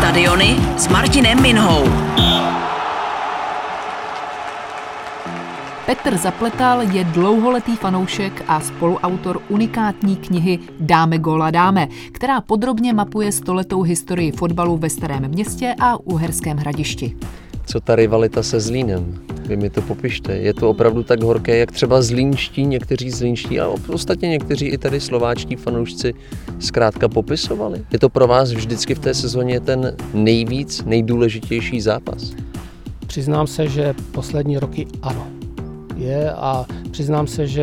Stadiony s Martinem Minhou. Petr Zapletal je dlouholetý fanoušek a spoluautor unikátní knihy Dáme góla dáme, která podrobně mapuje stoletou historii fotbalu ve Starém Městě a Uherském Hradišti. Co ta rivalita se Zlínem? Vy mi to popište. Je to opravdu tak horké, jak třeba někteří zlínští a ostatně někteří i tady slováčtí fanoušci zkrátka popisovali? Je to pro vás vždycky v té sezóně ten nejdůležitější zápas? Přiznám se, že poslední roky ano. Je a přiznám se, že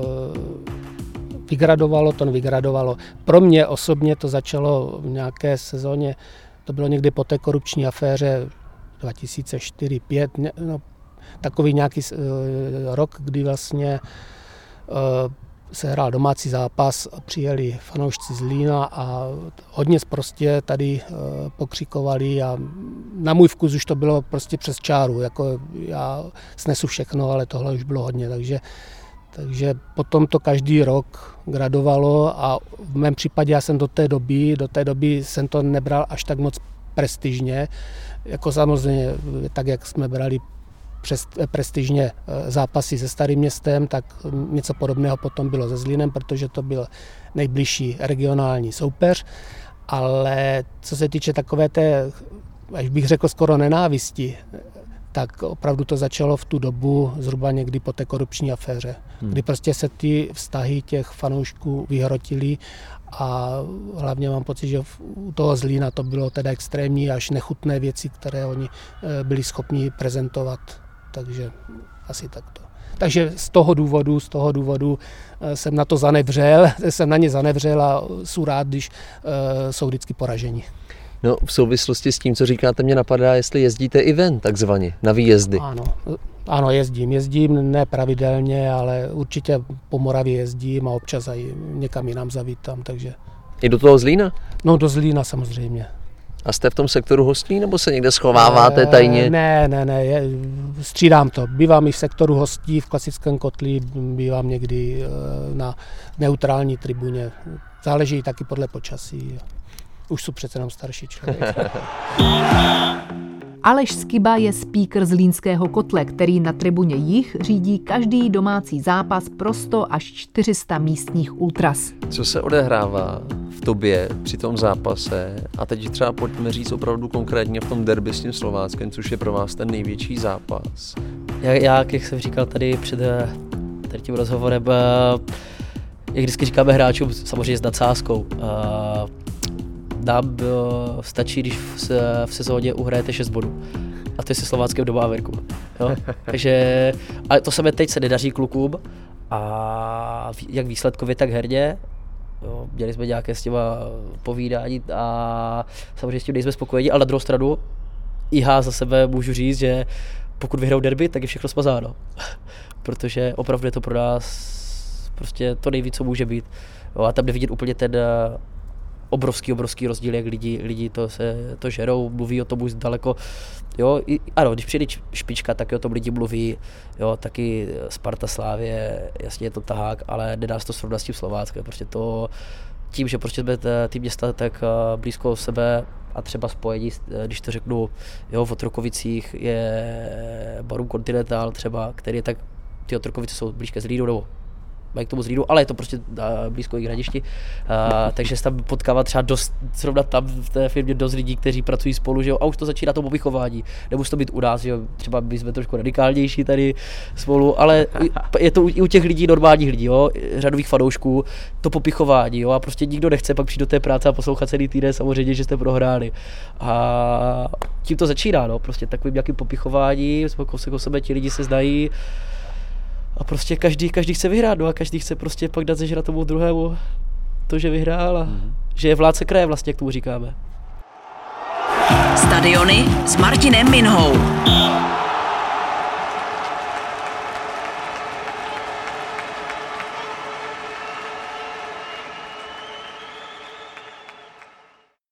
vygradovalo. Pro mě osobně to začalo v nějaké sezóně, to bylo někdy po té korupční aféře 2004-2005, takový nějaký rok, kdy vlastně se hrál domácí zápas a přijeli fanoušci z Lína a hodně sprostě tady pokřikovali a na můj vkus už to bylo prostě přes čáru, jako já snesu všechno, ale tohle už bylo hodně, takže potom to každý rok gradovalo a v mém případě já jsem do té doby jsem to nebral až tak moc prestižně, jako samozřejmě tak, jak jsme brali prestižně zápasy se Starým Městem, tak něco podobného potom bylo se Zlínem, protože to byl nejbližší regionální soupeř, ale co se týče takové té, až bych řekl skoro nenávisti, tak opravdu to začalo v tu dobu zhruba někdy po té korupční aféře, kdy prostě se ty vztahy těch fanoušků vyhrotily a hlavně mám pocit, že u toho Zlína to bylo teda extrémní až nechutné věci, které oni byli schopni prezentovat, takže asi takto. Takže z toho důvodu jsem na to zanevřel a jsem rád, když jsou vždycky poraženi. No, v souvislosti s tím, co říkáte, mě napadá, jestli jezdíte i ven, takzvaně, na výjezdy. Ano, jezdím, ne pravidelně, ale určitě po Moravě jezdím a občas i někam jinam zavítám, takže... I do toho Zlína? No, do Zlína samozřejmě. A jste v tom sektoru hostí, nebo se někde schováváte tajně? Ne, střídám to. Bývám i v sektoru hostí, v klasickém kotli, bývám někdy na neutrální tribuně. Záleží taky podle počasí. Už jsou přece jenom starší člověk. Aleš Skyba je speaker Zlínského kotle, který na tribuně Jih řídí každý domácí zápas pro 100 až 400 místních ultras. Co se odehrává v tobě při tom zápase? A teď třeba pojďme říct opravdu konkrétně v tom derby s tím Slováckem, což je pro vás ten největší zápas. Jak jsem říkal tady před tím rozhovorem, jak vždycky říkáme hráčům, samozřejmě s nadsázkou, nám stačí, když v sezóně uhrajete 6 bodů. A to je se Slováckem doma a venku. Takže, ale to se mi teď nedaří klukům. A jak výsledkově, tak herně. Jo, měli jsme nějaké s těma povídání a samozřejmě s tím nejsme spokojeni, ale na druhou stranu já za sebe můžu říct, že pokud vyhrajou derby, tak je všechno smazáno. Protože opravdu je to pro nás prostě to nejvíc, co může být. Jo, a tam jde vidět úplně ten obrovský rozdíl, jak lidi to žerou, mluví o tom už daleko, jo, ano, když přijde špička, tak o tom lidi mluví, jo, taky Sparta, Slávie, jasně je to tahák, ale nedá se to srovnat s tím Slováckem, prostě to, tím, že prostě jsme ty města tak blízko sebe a třeba spojení, když to řeknu, jo, v Otrokovicích je Barum Continental třeba, který je tak, ty Otrokovice jsou blízké Zlínu, nebo mají k tomu Zlínu, ale je to prostě blízko jejich Hradišti, takže se tam potkává třeba zrovna tam v té firmě dost lidí, kteří pracují spolu, že jo, a už to začíná to povychování. Nemusí to být u nás, že jo, třeba my jsme trošku radikálnější tady spolu, ale je to i u těch lidí, normálních lidí, jo, řadových fanoušků, to popichování, jo, a prostě nikdo nechce pak přijít do té práce a poslouchat celý týden samozřejmě, že jste prohráli. A tím to začíná, no, prostě takovým nějakým popichování, o sebe ti lidi se znají. A prostě každý chce vyhrát, no a každý chce prostě pak dát zežrat tomu druhému to, že vyhrál a že je vládce kraje vlastně, jak tomu říkáme. Stadiony s Martinem Minhou.